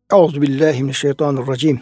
Euzubillahimineşşeytanirracim.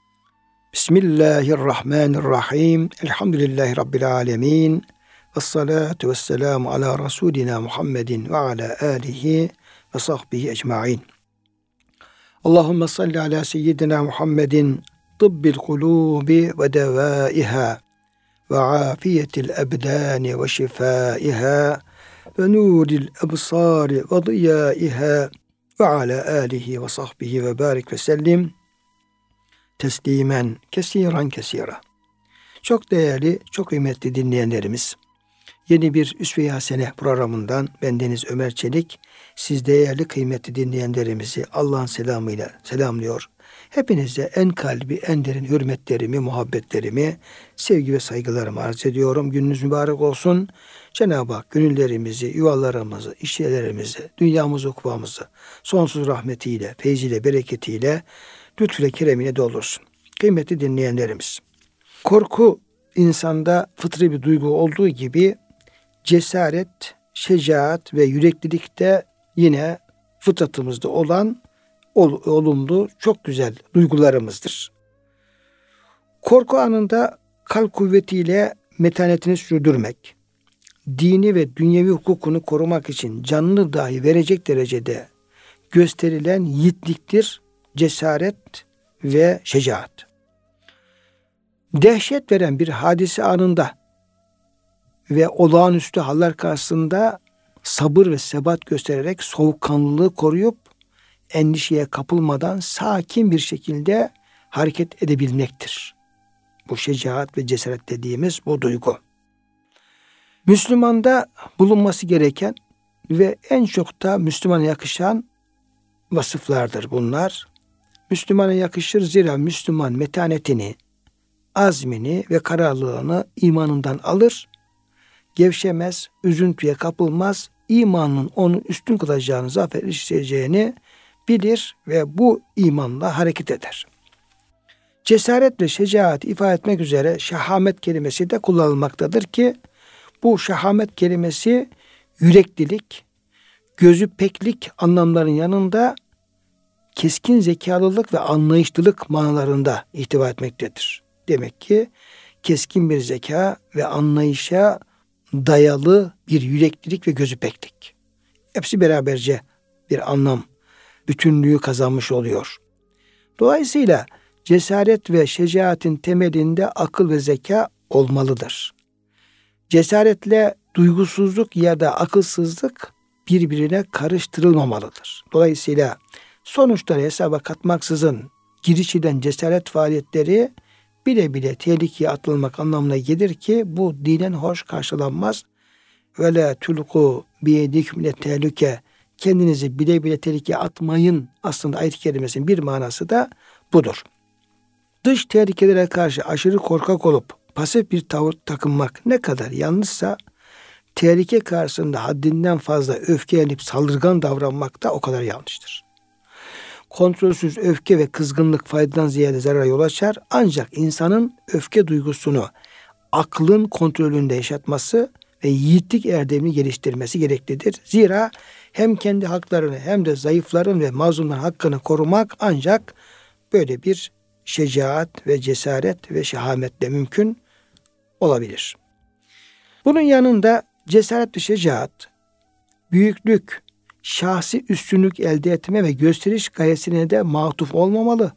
Bismillahirrahmanirrahim. Elhamdülillahi Rabbil alemin. Vessalatu vesselamu ala Resulina Muhammedin ve ala alihi ve sahbihi ecma'in. Allahümme salli ala seyyidina Muhammedin tıbbil kulubi ve devaiha ve afiyetil ebdani ve şifaiha ve nuril ebsari ve diyaiha ve ala alihi ve sahbihi ve barik ve sellim teslimen kesiran kesira. Çok değerli, çok kıymetli dinleyenlerimiz, yeni bir Üsve-i Hasene programından bendeniz Ömer Çelik, siz değerli kıymetli dinleyenlerimizi Allah'ın selamıyla selamlıyor. Hepinize en kalbi, en derin hürmetlerimi, muhabbetlerimi, sevgi ve saygılarımı arz ediyorum. Gününüz mübarek olsun. Cenab-ı Hak gönüllerimizi, yuvalarımızı, işyerlerimizi, dünyamızı, ukvamızı sonsuz rahmetiyle, feyziyle, bereketiyle, lütfüyle, keremiyle doldursun. Kıymetli dinleyenlerimiz, korku insanda fıtri bir duygu olduğu gibi cesaret, şecaat ve yüreklilik de yine fıtratımızda olan olumlu, çok güzel duygularımızdır. Korku anında kalp kuvvetiyle metanetini sürdürmek, dini ve dünyevi hukukunu korumak için canını dahi verecek derecede gösterilen yiğitliktir, cesaret ve şecaat. Dehşet veren bir hadise anında ve olağanüstü haller karşısında sabır ve sebat göstererek soğukkanlılığı koruyup endişeye kapılmadan sakin bir şekilde hareket edebilmektir. Bu şecaat ve cesaret dediğimiz bu duygu. Müslümanda bulunması gereken ve en çok da Müslümana yakışan vasıflardır bunlar. Müslümana yakışır zira Müslüman metanetini, azmini ve kararlılığını imanından alır, gevşemez, üzüntüye kapılmaz, imanın onu üstün kılacağını, zafer işleyeceğini bilir ve bu imanla hareket eder. Cesaret ve şecaat ifade etmek üzere şahamet kelimesi de kullanılmaktadır ki bu şahamet kelimesi yüreklilik, gözü peklik anlamlarının yanında keskin zekalılık ve anlayışlılık manalarında ihtiva etmektedir. Demek ki keskin bir zeka ve anlayışa dayalı bir yüreklilik ve gözü peklik. Hepsi beraberce bir anlam, bütünlüğü kazanmış oluyor. Dolayısıyla cesaret ve şecaatin temelinde akıl ve zeka olmalıdır. Cesaretle duygusuzluk ya da akılsızlık birbirine karıştırılmamalıdır. Dolayısıyla sonuçları hesaba katmaksızın girişilen cesaret faaliyetleri bile bile tehlikeye atılmak anlamına gelir ki bu dinen hoş karşılanmaz. Ve la tulku biyedikum ile tehlike, kendinizi bile bile tehlikeye atmayın aslında ayet-i kerimesinin bir manası da budur. Dış tehlikelere karşı aşırı korkak olup pasif bir tavır takınmak ne kadar yanlışsa tehlike karşısında haddinden fazla öfkelenip saldırgan davranmak da o kadar yanlıştır. Kontrolsüz öfke ve kızgınlık faydadan ziyade zarara yol açar. Ancak insanın öfke duygusunu aklın kontrolünde yaşatması ve yiğitlik erdemini geliştirmesi gereklidir. Zira hem kendi haklarını hem de zayıfların ve mazlumların hakkını korumak ancak böyle bir şecaat ve cesaret ve şehametle mümkün olabilir. Bunun yanında cesaret ve şecaat, büyüklük, şahsi üstünlük elde etme ve gösteriş gayesine de matuf olmamalı.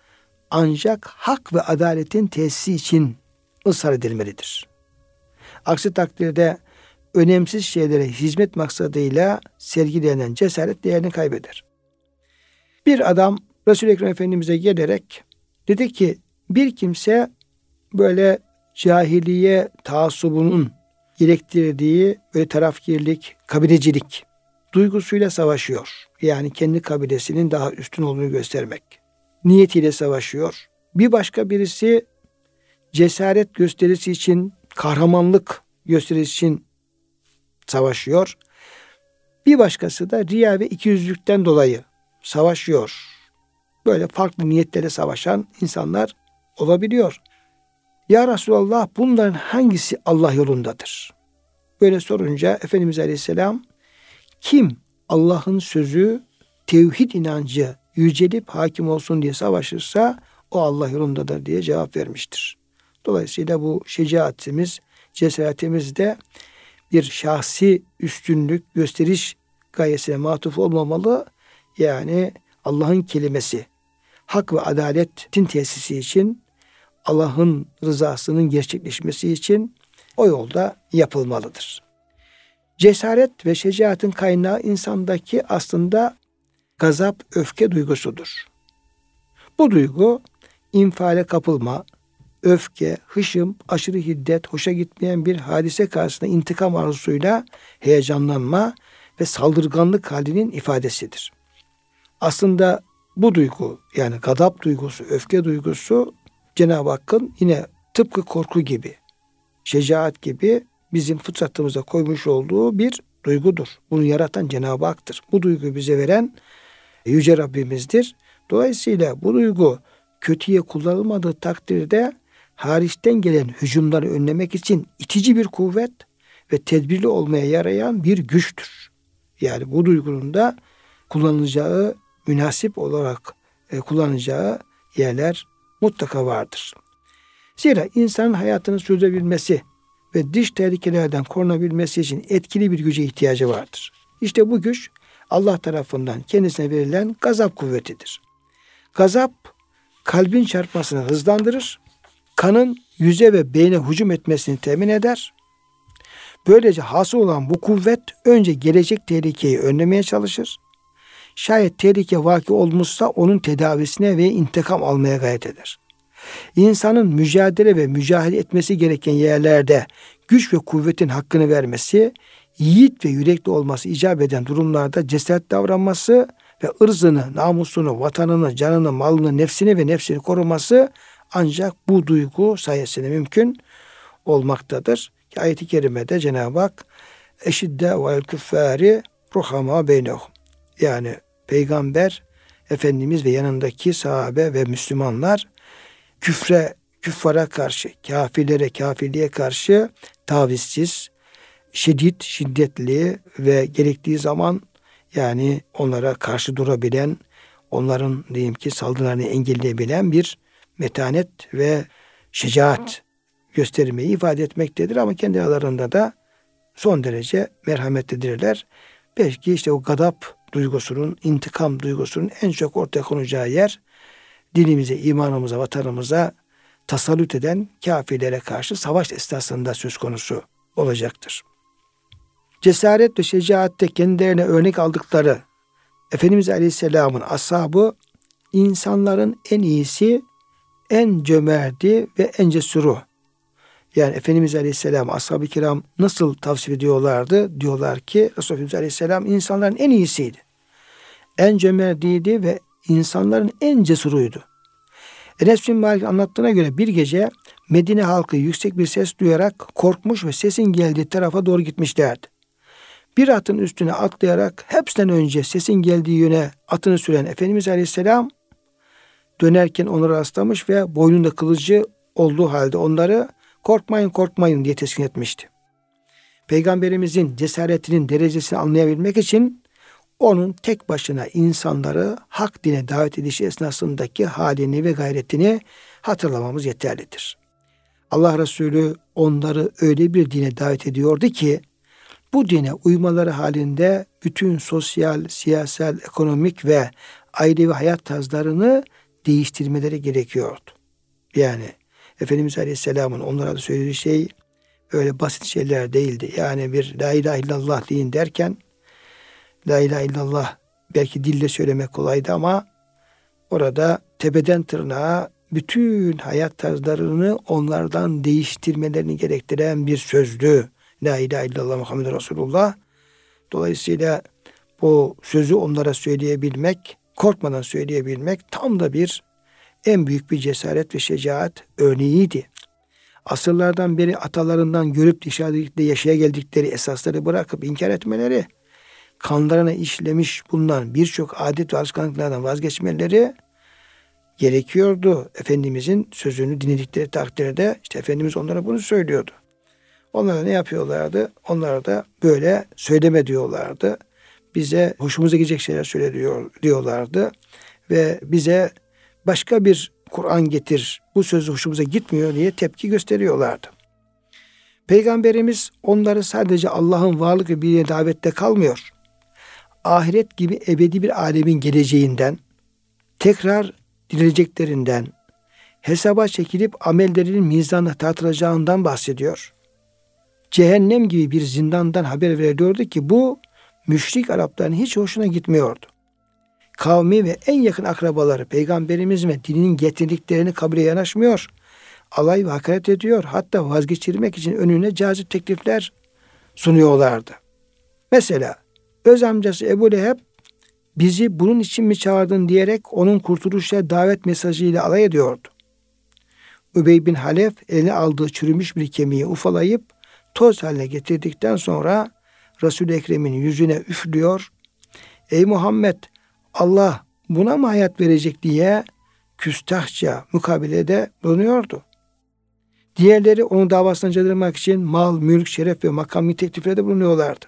Ancak hak ve adaletin tesisi için ısrar edilmelidir. Aksi takdirde önemsiz şeylere hizmet maksadıyla sergilenen cesaret değerini kaybeder. Bir adam Resul-i Ekrem Efendimiz'e gelerek dedi ki bir kimse böyle cahiliye taassubunun gerektirdiği böyle tarafgirlik, kabilecilik duygusuyla savaşıyor. Yani kendi kabilesinin daha üstün olduğunu göstermek niyetiyle savaşıyor. Bir başka birisi cesaret gösterisi için, kahramanlık gösterisi için savaşıyor. Bir başkası da riya ve ikiyüzlülükten dolayı savaşıyor. Böyle farklı niyetlerle savaşan insanlar olabiliyor. Ya Resulallah, bunların hangisi Allah yolundadır? Böyle sorunca Efendimiz Aleyhisselam kim Allah'ın sözü, tevhid inancı yücelip hakim olsun diye savaşırsa o Allah yolundadır diye cevap vermiştir. Dolayısıyla bu şecaatimiz, cesaretimiz de bir şahsi üstünlük, gösteriş gayesine matuf olmamalı. Yani Allah'ın kelimesi, hak ve adaletin tesisi için, Allah'ın rızasının gerçekleşmesi için o yolda yapılmalıdır. Cesaret ve şecaatin kaynağı insandaki aslında gazap, öfke duygusudur. Bu duygu infiale kapılma, öfke, hışım, aşırı hiddet, hoşa gitmeyen bir hadise karşısında intikam arzusuyla heyecanlanma ve saldırganlık halinin ifadesidir. Aslında bu duygu, yani gadap duygusu, öfke duygusu Cenab-ı Hakk'ın yine tıpkı korku gibi, şecaat gibi bizim fıtratımıza koymuş olduğu bir duygudur. Bunu yaratan Cenab-ı Hak'tır. Bu duyguyu bize veren Yüce Rabbimizdir. Dolayısıyla bu duygu kötüye kullanılmadığı takdirde hariçten gelen hücumları önlemek için itici bir kuvvet ve tedbirli olmaya yarayan bir güçtür. Yani bu duygunun da kullanılacağı, münasip olarak kullanacağı yerler mutlaka vardır. Zira insanın hayatını sürdürebilmesi ve dış tehlikelerden korunabilmesi için etkili bir güce ihtiyacı vardır. İşte bu güç Allah tarafından kendisine verilen gazap kuvvetidir. Gazap kalbin çarpmasını hızlandırır, kanın yüze ve beyne hücum etmesini temin eder. Böylece hasıl olan bu kuvvet önce gelecek tehlikeyi önlemeye çalışır. Şayet tehlike vaki olmuşsa onun tedavisine ve intikam almaya gayret eder. İnsanın mücadele ve mücahede etmesi gereken yerlerde güç ve kuvvetin hakkını vermesi, yiğit ve yürekli olması icap eden durumlarda cesaret davranması ve ırzını, namusunu, vatanını, canını, malını, nefsini koruması ancak bu duygu sayesinde mümkün olmaktadır. Ayet-i kerimede Cenab-ı Hak eşidde vel küffâri ruhama beynehum, yani Peygamber Efendimiz ve yanındaki sahabe ve Müslümanlar küffara karşı, kafirlere, kafirliğe karşı tavizsiz, şiddetli ve gerektiği zaman yani onlara karşı durabilen, onların diyeyim ki saldırılarını engelleyebilen bir metanet ve şecaat göstermeyi ifade etmektedir. Ama kendi aralarında da son derece merhametlidirler. Belki işte o gadap duygusunun, intikam duygusunun en çok ortaya konacağı yer dinimize, imanımıza, vatanımıza tasallut eden kafirlere karşı savaş esnasında söz konusu olacaktır. Cesaret ve şecaatte kendilerine örnek aldıkları Efendimiz Aleyhisselam'ın ashabı insanların en iyisi, en cömerti ve en cesuru. Yani Efendimiz Aleyhisselam, ashab-ı kiram nasıl tavsiye ediyorlardı? Diyorlar ki Resulullah Aleyhisselam insanların en iyisiydi. En cömertiydi ve insanların en cesuruydu. Enes bin Malik anlattığına göre bir gece Medine halkı yüksek bir ses duyarak korkmuş ve sesin geldiği tarafa doğru gitmişlerdi. Bir atın üstüne atlayarak hepsinden önce sesin geldiği yöne atını süren Efendimiz Aleyhisselam dönerken onları rastlamış ve boynunda kılıcı olduğu halde onları korkmayın diye teskin etmişti. Peygamberimizin cesaretinin derecesini anlayabilmek için onun tek başına insanları hak dine davet edişi esnasındaki halini ve gayretini hatırlamamız yeterlidir. Allah Resulü onları öyle bir dine davet ediyordu ki bu dine uymaları halinde bütün sosyal, siyasal, ekonomik ve ailevi hayat tarzlarını değiştirmeleri gerekiyordu. Yani Efendimiz Aleyhisselam'ın onlara da söylediği şey öyle basit şeyler değildi. Yani bir la ilahe illallah deyin derken la ilahe illallah belki dille söylemek kolaydı ama orada tepeden tırnağa bütün hayat tarzlarını onlardan değiştirmelerini gerektiren bir sözdü. La ilahe illallah Muhammed Resulullah. Dolayısıyla bu sözü onlara söyleyebilmek, korkmadan söyleyebilmek tam da en büyük bir cesaret ve şecaat örneğiydi. Asırlardan beri atalarından görüp dışarıda yaşaya geldikleri esasları bırakıp inkar etmeleri, kanlarına işlemiş bulunan birçok adet ve alışkanlıklardan vazgeçmeleri gerekiyordu. Efendimizin sözünü dinledikleri takdirde işte Efendimiz onlara bunu söylüyordu. Onlar ne yapıyorlardı? Onlar da böyle söyleme diyorlardı. Bize hoşumuza gidecek şeyler söyle diyorlardı. ve bize başka bir Kur'an getir, bu sözü hoşumuza gitmiyor diye tepki gösteriyorlardı. Peygamberimiz onları sadece Allah'ın varlık ve birliğine davette kalmıyor. Ahiret gibi ebedi bir alemin geleceğinden, tekrar dirileceklerinden, hesaba çekilip amellerinin mizanla tartılacağından bahsediyor. Cehennem gibi bir zindandan haber veriyordu ki bu müşrik Arapların hiç hoşuna gitmiyordu. Kavmi ve en yakın akrabaları Peygamberimiz ve dininin getirdiklerini kabule yanaşmıyor. Alay ve hakaret ediyor. Hatta vazgeçirmek için önüne cazip teklifler sunuyorlardı. Mesela öz amcası Ebu Leheb bizi bunun için mi çağırdın diyerek onun kurtuluşa davet mesajıyla alay ediyordu. Übey bin Halef eline aldığı çürümüş bir kemiği ufalayıp toz haline getirdikten sonra Resul-i Ekrem'in yüzüne üflüyor. Ey Muhammed, Allah buna mı hayat verecek diye küstahça mukabelede bulunuyordu. Diğerleri onun davasını cedırmak için mal, mülk, şeref ve makamlı tekliflerde bulunuyorlardı.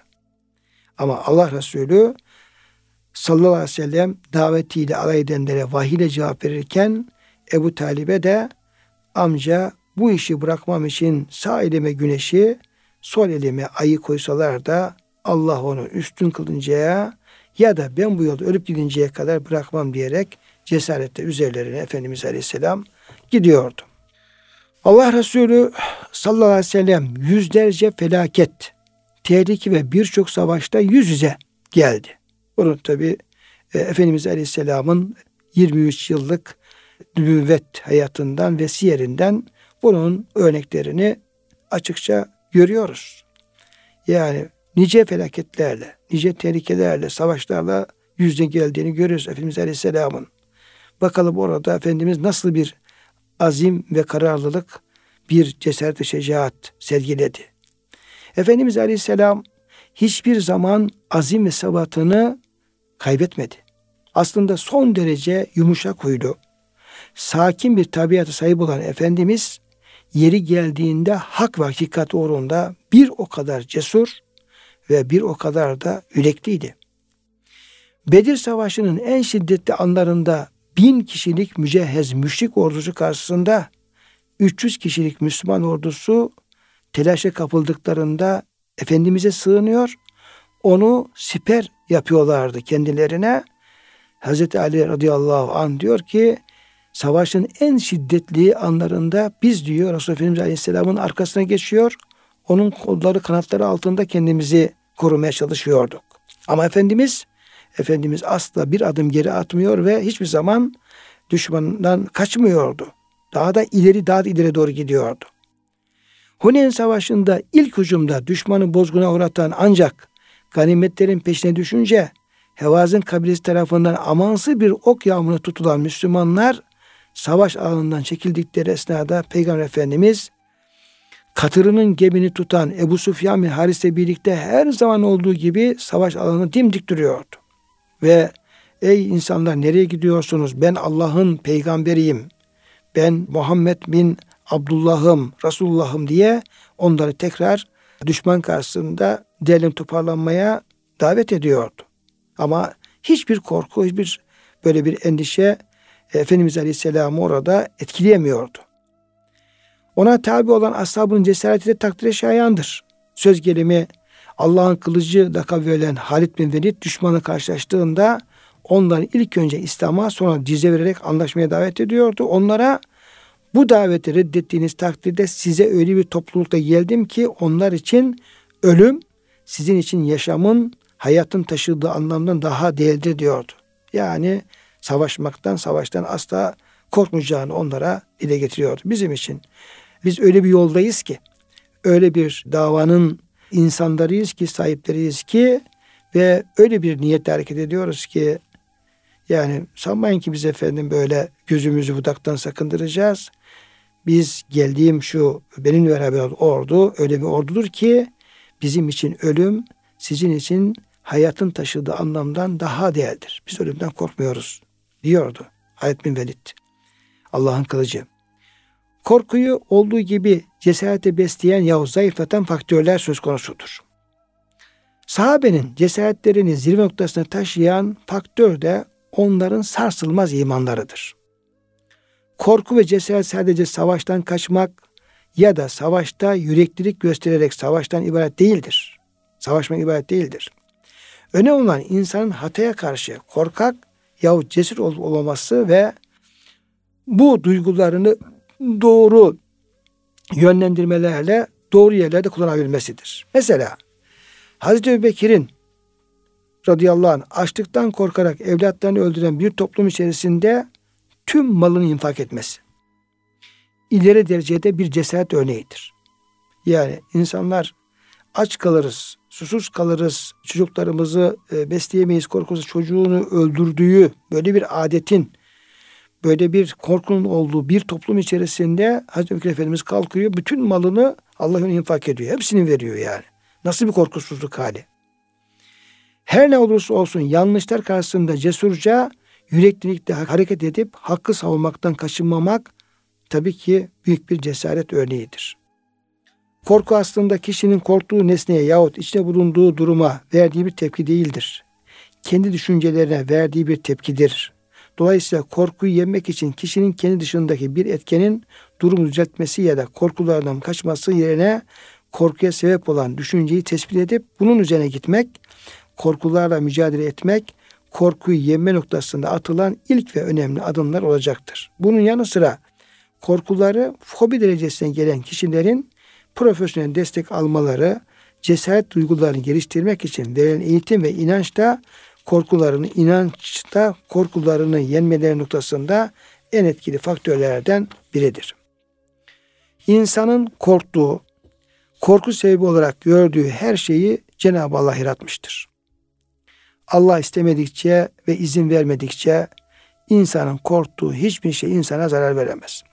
Ama Allah Resulü sallallahu aleyhi ve sellem davetiyle alay edenlere vahiyle cevap verirken Ebu Talib'e de amca bu işi bırakmam için sağ elime güneşi, sol elime ayı koysalar da Allah onu üstün kılıncaya ya da ben bu yolda ölüp gidinceye kadar bırakmam diyerek cesaretle üzerlerine Efendimiz Aleyhisselam gidiyordu. Allah Resulü sallallahu aleyhi ve sellem yüzlerce felaket, tehlike ve birçok savaşta yüz yüze geldi. Bunu tabi Efendimiz Aleyhisselam'ın 23 yıllık nübüvvet hayatından ve siyerinden bunun örneklerini açıkça görüyoruz. Yani nice felaketlerle, nice tehlikelerle, savaşlarla yüzde geldiğini görüyoruz Efendimiz Aleyhisselam'ın. Bakalım orada Efendimiz nasıl bir azim ve kararlılık, bir cesaret ve şecaat sergiledi. Efendimiz Aleyhisselam hiçbir zaman azim ve sabatını kaybetmedi. Aslında son derece yumuşak huylu, sakin bir tabiata sahip olan Efendimiz yeri geldiğinde hak ve hakikat uğrunda bir o kadar cesur ve bir o kadar da yürekliydi. Bedir Savaşı'nın en şiddetli anlarında 1000 kişilik mücehhez müşrik ordusu karşısında 300 kişilik Müslüman ordusu telaşa kapıldıklarında Efendimiz'e sığınıyor, onu siper yapıyorlardı kendilerine. Hazreti Ali radıyallahu anh diyor ki savaşın en şiddetli anlarında biz diyor Resulullah Efendimiz Aleyhisselam'ın arkasına geçiyor, onun kolları kanatları altında kendimizi korumaya çalışıyorduk. Ama Efendimiz asla bir adım geri atmıyor ve hiçbir zaman düşmandan kaçmıyordu. Daha da ileri doğru gidiyordu. Huneyn Savaşı'nda ilk hücumda düşmanı bozguna uğratan ancak ganimetlerin peşine düşünce Hevazin kabilesi tarafından amansız bir ok yağmuruna tutulan Müslümanlar savaş alanından çekildikleri esnada Peygamber Efendimiz katırının gemini tutan Ebu Süfyan bin Haris'le birlikte her zaman olduğu gibi savaş alanına dimdik duruyordu. Ve ey insanlar nereye gidiyorsunuz? Ben Allah'ın peygamberiyim. Ben Muhammed bin Abdullah'ım, Resulullah'ım diye onları tekrar düşman karşısında derlenip toparlanmaya davet ediyordu. Ama hiçbir korku, hiçbir böyle bir endişe Efendimiz Aleyhisselam'ı orada etkileyemiyordu. Ona tabi olan ashabının cesareti de takdire şayandır. Söz gelimi Allah'ın kılıcı lakabı verilen Halid bin Velid düşmanla karşılaştığında onları ilk önce İslam'a sonra cize vererek anlaşmaya davet ediyordu. Onlara bu daveti reddettiğiniz takdirde size öyle bir toplulukta geldim ki onlar için ölüm sizin için yaşamın, hayatın taşıdığı anlamdan daha değerli diyordu. Yani savaştan asla korkmayacağını onlara dile getiriyordu. Bizim için biz öyle bir yoldayız ki, öyle bir davanın insanlarıyız ki, sahipleriyiz ki ve öyle bir niyetle hareket ediyoruz ki yani sanmayın ki biz efendim böyle gözümüzü budaktan sakındıracağız. Biz geldiğim şu benimle beraber ordu öyle bir ordudur ki bizim için ölüm sizin için hayatın taşıdığı anlamdan daha değerlidir. Biz ölümden korkmuyoruz diyordu Halid bin Velid. Allah'ın kılıcı. Korkuyu olduğu gibi cesarete besleyen yahut zayıflatan faktörler söz konusudur. Sahabenin cesaretlerini zirve noktasına taşıyan faktör de onların sarsılmaz imanlarıdır. Korku ve cesaret sadece savaştan kaçmak ya da savaşta yüreklilik göstererek savaştan ibaret değildir. Savaşmak ibaret değildir. Önemli olan insanın hataya karşı korkak yahut cesur olup olmaması ve bu duygularını doğru yönlendirmelerle doğru yerlerde kullanabilmesidir. Mesela Hazreti Ebubekir'in radıyallahu anh açlıktan korkarak evlatlarını öldüren bir toplum içerisinde tüm malını infak etmesi ileri derecede bir cesaret örneğidir. Yani insanlar aç kalırız, susuz kalırız, çocuklarımızı besleyemeyiz korkusu çocuğunu öldürdüğü böyle bir adetin, böyle bir korkunun olduğu bir toplum içerisinde Hazreti Ebubekir Efendimiz kalkıyor, bütün malını Allah'ın infak ediyor. Hepsini veriyor yani. Nasıl bir korkusuzluk hali. Her ne olursa olsun yanlışlar karşısında cesurca, yüreklilikle hareket edip hakkı savunmaktan kaçınmamak tabii ki büyük bir cesaret örneğidir. Korku aslında kişinin korktuğu nesneye yahut içinde bulunduğu duruma verdiği bir tepki değildir. Kendi düşüncelerine verdiği bir tepkidir. Dolayısıyla korkuyu yenmek için kişinin kendi dışındaki bir etkenin durumu düzeltmesi ya da korkulardan kaçması yerine korkuya sebep olan düşünceyi tespit edip bunun üzerine gitmek, korkularla mücadele etmek, korkuyu yenme noktasında atılan ilk ve önemli adımlar olacaktır. Bunun yanı sıra korkuları fobi derecesine gelen kişilerin profesyonel destek almaları, cesaret duygularını geliştirmek için verilen eğitim ve inançta korkularını yenmeleri noktasında en etkili faktörlerden biridir. İnsanın korktuğu, korku sebebi olarak gördüğü her şeyi Cenab-ı Allah yaratmıştır. Allah istemedikçe ve izin vermedikçe insanın korktuğu hiçbir şey insana zarar veremez.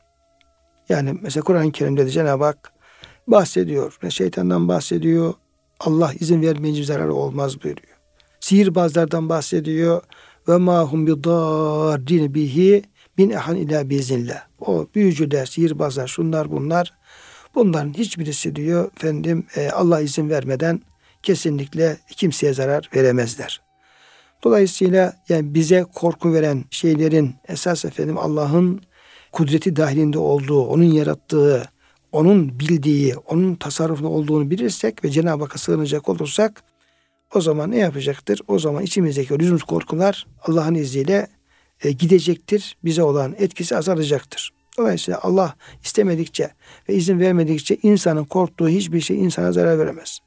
Yani mesela Kur'an-ı Kerim'de de Cenab-ı Hak bahsediyor. Şeytandan bahsediyor. Allah izin vermeyince zararı olmaz buyuruyor. Sihirbazlardan bahsediyor. Ve ma hum bidarrin bihi min ahan ila biiznillah. O büyücüler, sihirbazlar, şunlar bunlar. Bunların hiçbirisi diyor Allah izin vermeden kesinlikle kimseye zarar veremezler. Dolayısıyla yani bize korku veren şeylerin esas Allah'ın kudreti dahilinde olduğu, onun yarattığı, onun bildiği, onun tasarrufunda olduğunu bilirsek ve Cenab-ı Hakk'a sığınacak olursak o zaman ne yapacaktır? O zaman içimizdeki o lüzumsuz korkular Allah'ın izniyle gidecektir. Bize olan etkisi azalacaktır. Dolayısıyla Allah istemedikçe ve izin vermedikçe insanın korktuğu hiçbir şey insana zarar veremez.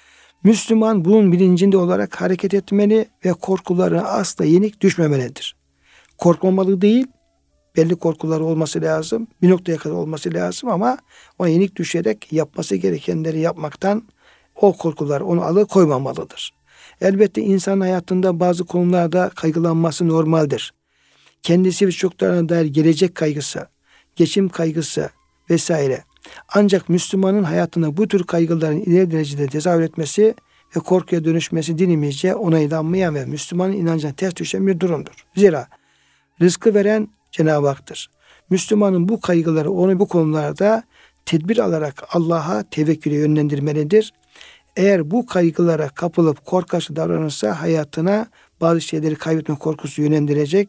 Müslüman bunun bilincinde olarak hareket etmeli ve korkularına asla yenik düşmemelidir. Korkmamalı değil, belli korkuları olması lazım, bir noktaya kadar olması lazım ama ona yenik düşerek yapması gerekenleri yapmaktan o korkular onu alıkoymamalıdır. Elbette insan hayatında bazı konularda kaygılanması normaldir. Kendisi ve çocuklarına dair gelecek kaygısı, geçim kaygısı vesaire. Ancak Müslümanın hayatında bu tür kaygıların ileri derecede tezahür etmesi ve korkuya dönüşmesi dinimizce onaylanmayan ve Müslümanın inancına ters düşen bir durumdur. Zira rızkı veren Cenab-ı Hak'tır. Müslümanın bu kaygıları onu bu konularda tedbir alarak Allah'a tevekküle yönlendirmelidir. Eğer bu kaygılara kapılıp korkaçlı davranırsa hayatına bazı şeyleri kaybetme korkusu yönlendirecek,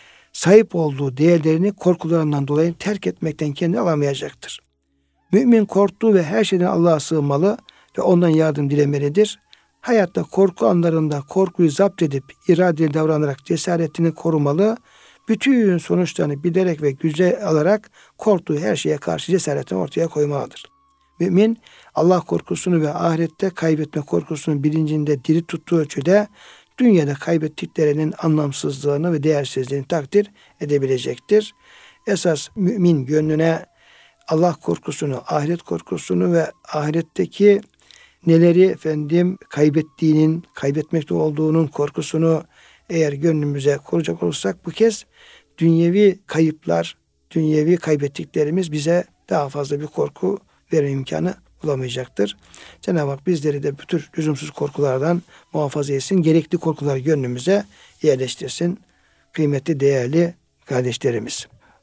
sahip olduğu değerlerini korkularından dolayı terk etmekten kendini alamayacaktır. Mümin korktuğu ve her şeyden Allah'a sığınmalı ve ondan yardım dilemelidir. Hayatta korku anlarında korkuyu zapt edip iradeli davranarak cesaretini korumalı, bütün sonuçlarını bilerek ve güzel alarak korktuğu her şeye karşı cesaretini ortaya koymalıdır. Mümin Allah korkusunu ve ahirette kaybetme korkusunun bilincinde diri tuttuğu ölçüde dünyada kaybettiklerinin anlamsızlığını ve değersizliğini takdir edebilecektir. Esas mümin gönlüne Allah korkusunu, ahiret korkusunu ve ahiretteki neleri kaybettiğinin, kaybetmekte olduğunun korkusunu eğer gönlümüze koruyacak olursak bu kez dünyevi kayıplar, dünyevi kaybettiklerimiz bize daha fazla bir korku verme imkanı bulamayacaktır. Cenab-ı Hak bizleri de bu tür lüzumsuz korkulardan muhafaza etsin. Gerekli korkuları gönlümüze yerleştirsin. Kıymetli, değerli kardeşlerimiz.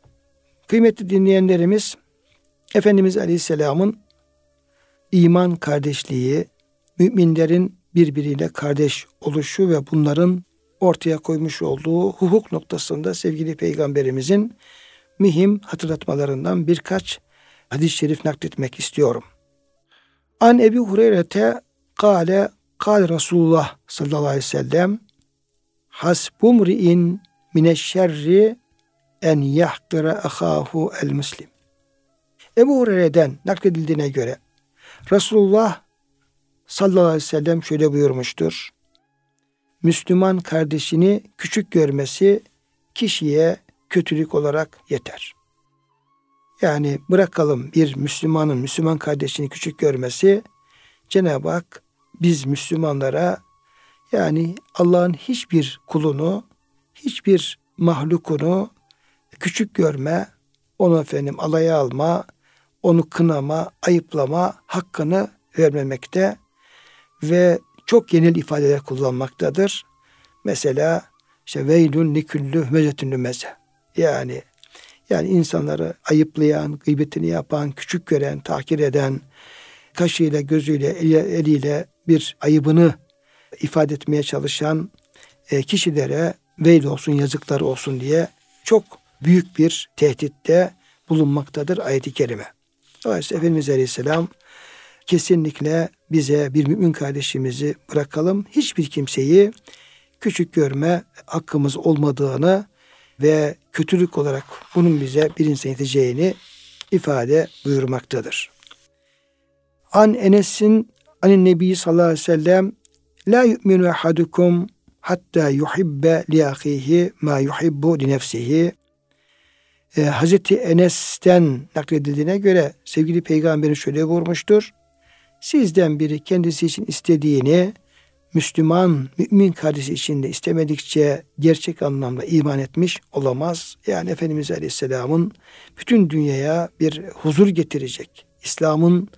Kıymetli dinleyenlerimiz, Efendimiz Aleyhisselam'ın iman kardeşliği, müminlerin birbiriyle kardeş oluşu ve bunların ortaya koymuş olduğu hukuk noktasında sevgili Peygamberimizin mühim hatırlatmalarından birkaç hadis-i şerif nakletmek istiyorum. An Ebi Hureyre'te kâle Resulullah sallallahu aleyhi ve sellem hasbumri'in mineşşerri en yahkıra ahahu el muslim. Ebu Hureyre'den nakledildiğine göre Resulullah sallallahu aleyhi ve sellem şöyle buyurmuştur. Müslüman kardeşini küçük görmesi kişiye kötülük olarak yeter. Yani bırakalım bir Müslümanın Müslüman kardeşini küçük görmesi, Cenab-ı Hak biz Müslümanlara yani Allah'ın hiçbir kulunu, hiçbir mahlukunu küçük görme, onu alaya alma, onu kınama, ayıplama hakkını vermemekte ve çok genel ifadeler kullanmaktadır. Mesela işte veylün liküllü hümezetün lümeze. Yani insanları ayıplayan, gıybetini yapan, küçük gören, tahkir eden, kaşıyla, gözüyle, eliyle bir ayıbını ifade etmeye çalışan kişilere veil olsun, yazıklar olsun diye çok büyük bir tehditte bulunmaktadır ayet-i kerime. Dolayısıyla Efendimiz Aleyhisselam kesinlikle bize bir mümin kardeşimizi bırakalım, hiçbir kimseyi küçük görme hakkımız olmadığını ve kötülük olarak bunun bize bir insan yeteceğini ifade buyurmaktadır. An Enes'in anin Nebi sallallahu aleyhi ve sellem la yu'minu ahadukum hatta yuhibbe li ahihi ma yuhibbu li nefsihi. Hazreti Enes'ten nakledildiğine göre sevgili Peygamberimiz şöyle buyurmuştur. Sizden biri kendisi için istediğini Müslüman, mümin kardeşi için de istemedikçe gerçek anlamda iman etmiş olamaz. Yani Efendimiz Aleyhisselam'ın bütün dünyaya bir huzur getirecek, İslam'ın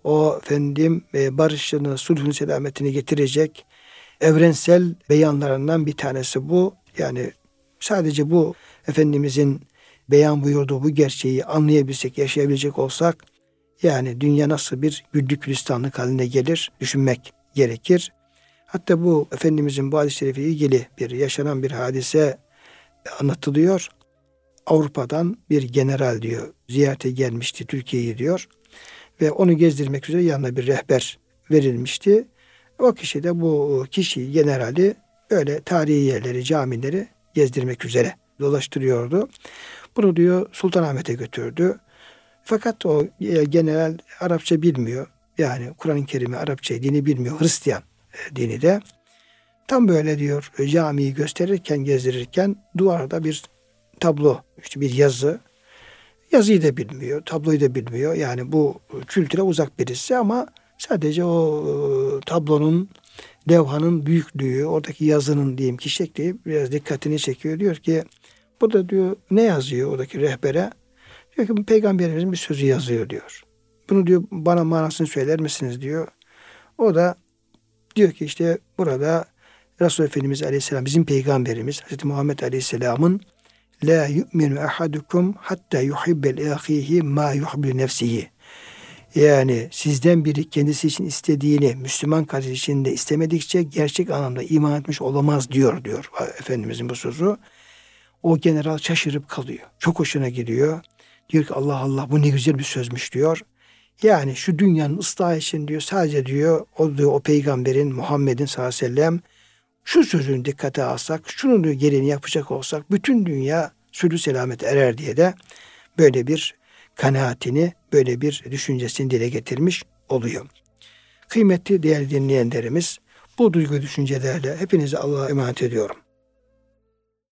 o barışını, sulhunu, selametini getirecek evrensel beyanlarından bir tanesi bu. Yani sadece bu Efendimizin beyan buyurduğu bu gerçeği anlayabilsek, yaşayabilecek olsak yani dünya nasıl bir güllük gülistanlık haline gelir düşünmek gerekir. Hatta bu Efendimizin bu hadis-i şerifiyle ilgili yaşanan bir hadise anlatılıyor. Avrupa'dan bir general diyor ziyarete gelmişti Türkiye'yi diyor ve onu gezdirmek üzere yanına bir rehber verilmişti. O kişi de bu generali öyle tarihi yerleri, camileri gezdirmek üzere dolaştırıyordu. Bunu diyor Sultanahmet'e götürdü. Fakat o general Arapça bilmiyor. Yani Kur'an-ı Kerim'i Arapça dini bilmiyor. Hristiyan dini de. Tam böyle diyor camiyi gösterirken, gezdirirken duvarda bir tablo, işte bir yazı. Yazıyı da bilmiyor, tabloyu da bilmiyor. Yani bu kültüre uzak birisi ama sadece o tablonun, levhanın büyüklüğü, oradaki yazının diyeyim ki şekli biraz dikkatini çekiyor. Diyor ki burada diyor ne yazıyor oradaki rehbere? Diyor ki Peygamberimizin bir sözü yazıyor diyor. Bunu diyor bana manasını söyler misiniz diyor. O da diyor ki işte burada Resul Efendimiz Aleyhisselam bizim Peygamberimiz Hz. Muhammed Aleyhisselam'ın la yu'minu ahadukum hatta yuhibbe li ahihi ma yuhibbu nefsihi. Yani sizden biri kendisi için istediğini Müslüman kardeşi için de istemedikçe gerçek anlamda iman etmiş olamaz diyor Efendimizin bu sözü. O general şaşırıp kalıyor. Çok hoşuna gidiyor. Diyor ki Allah Allah bu ne güzel bir sözmüş diyor. Yani şu dünyanın ıslahı için diyor sadece diyor o peygamberin Muhammed'in sallallahu aleyhi ve sellem şu sözünü dikkate alsak, şunu diyor gereğini yapacak olsak bütün dünya sülhü selamet erer diye de böyle bir kanaatini, böyle bir düşüncesini dile getirmiş oluyor. Kıymetli değerli dinleyenlerimiz bu duygu düşüncelerle hepinizi Allah'a emanet ediyorum.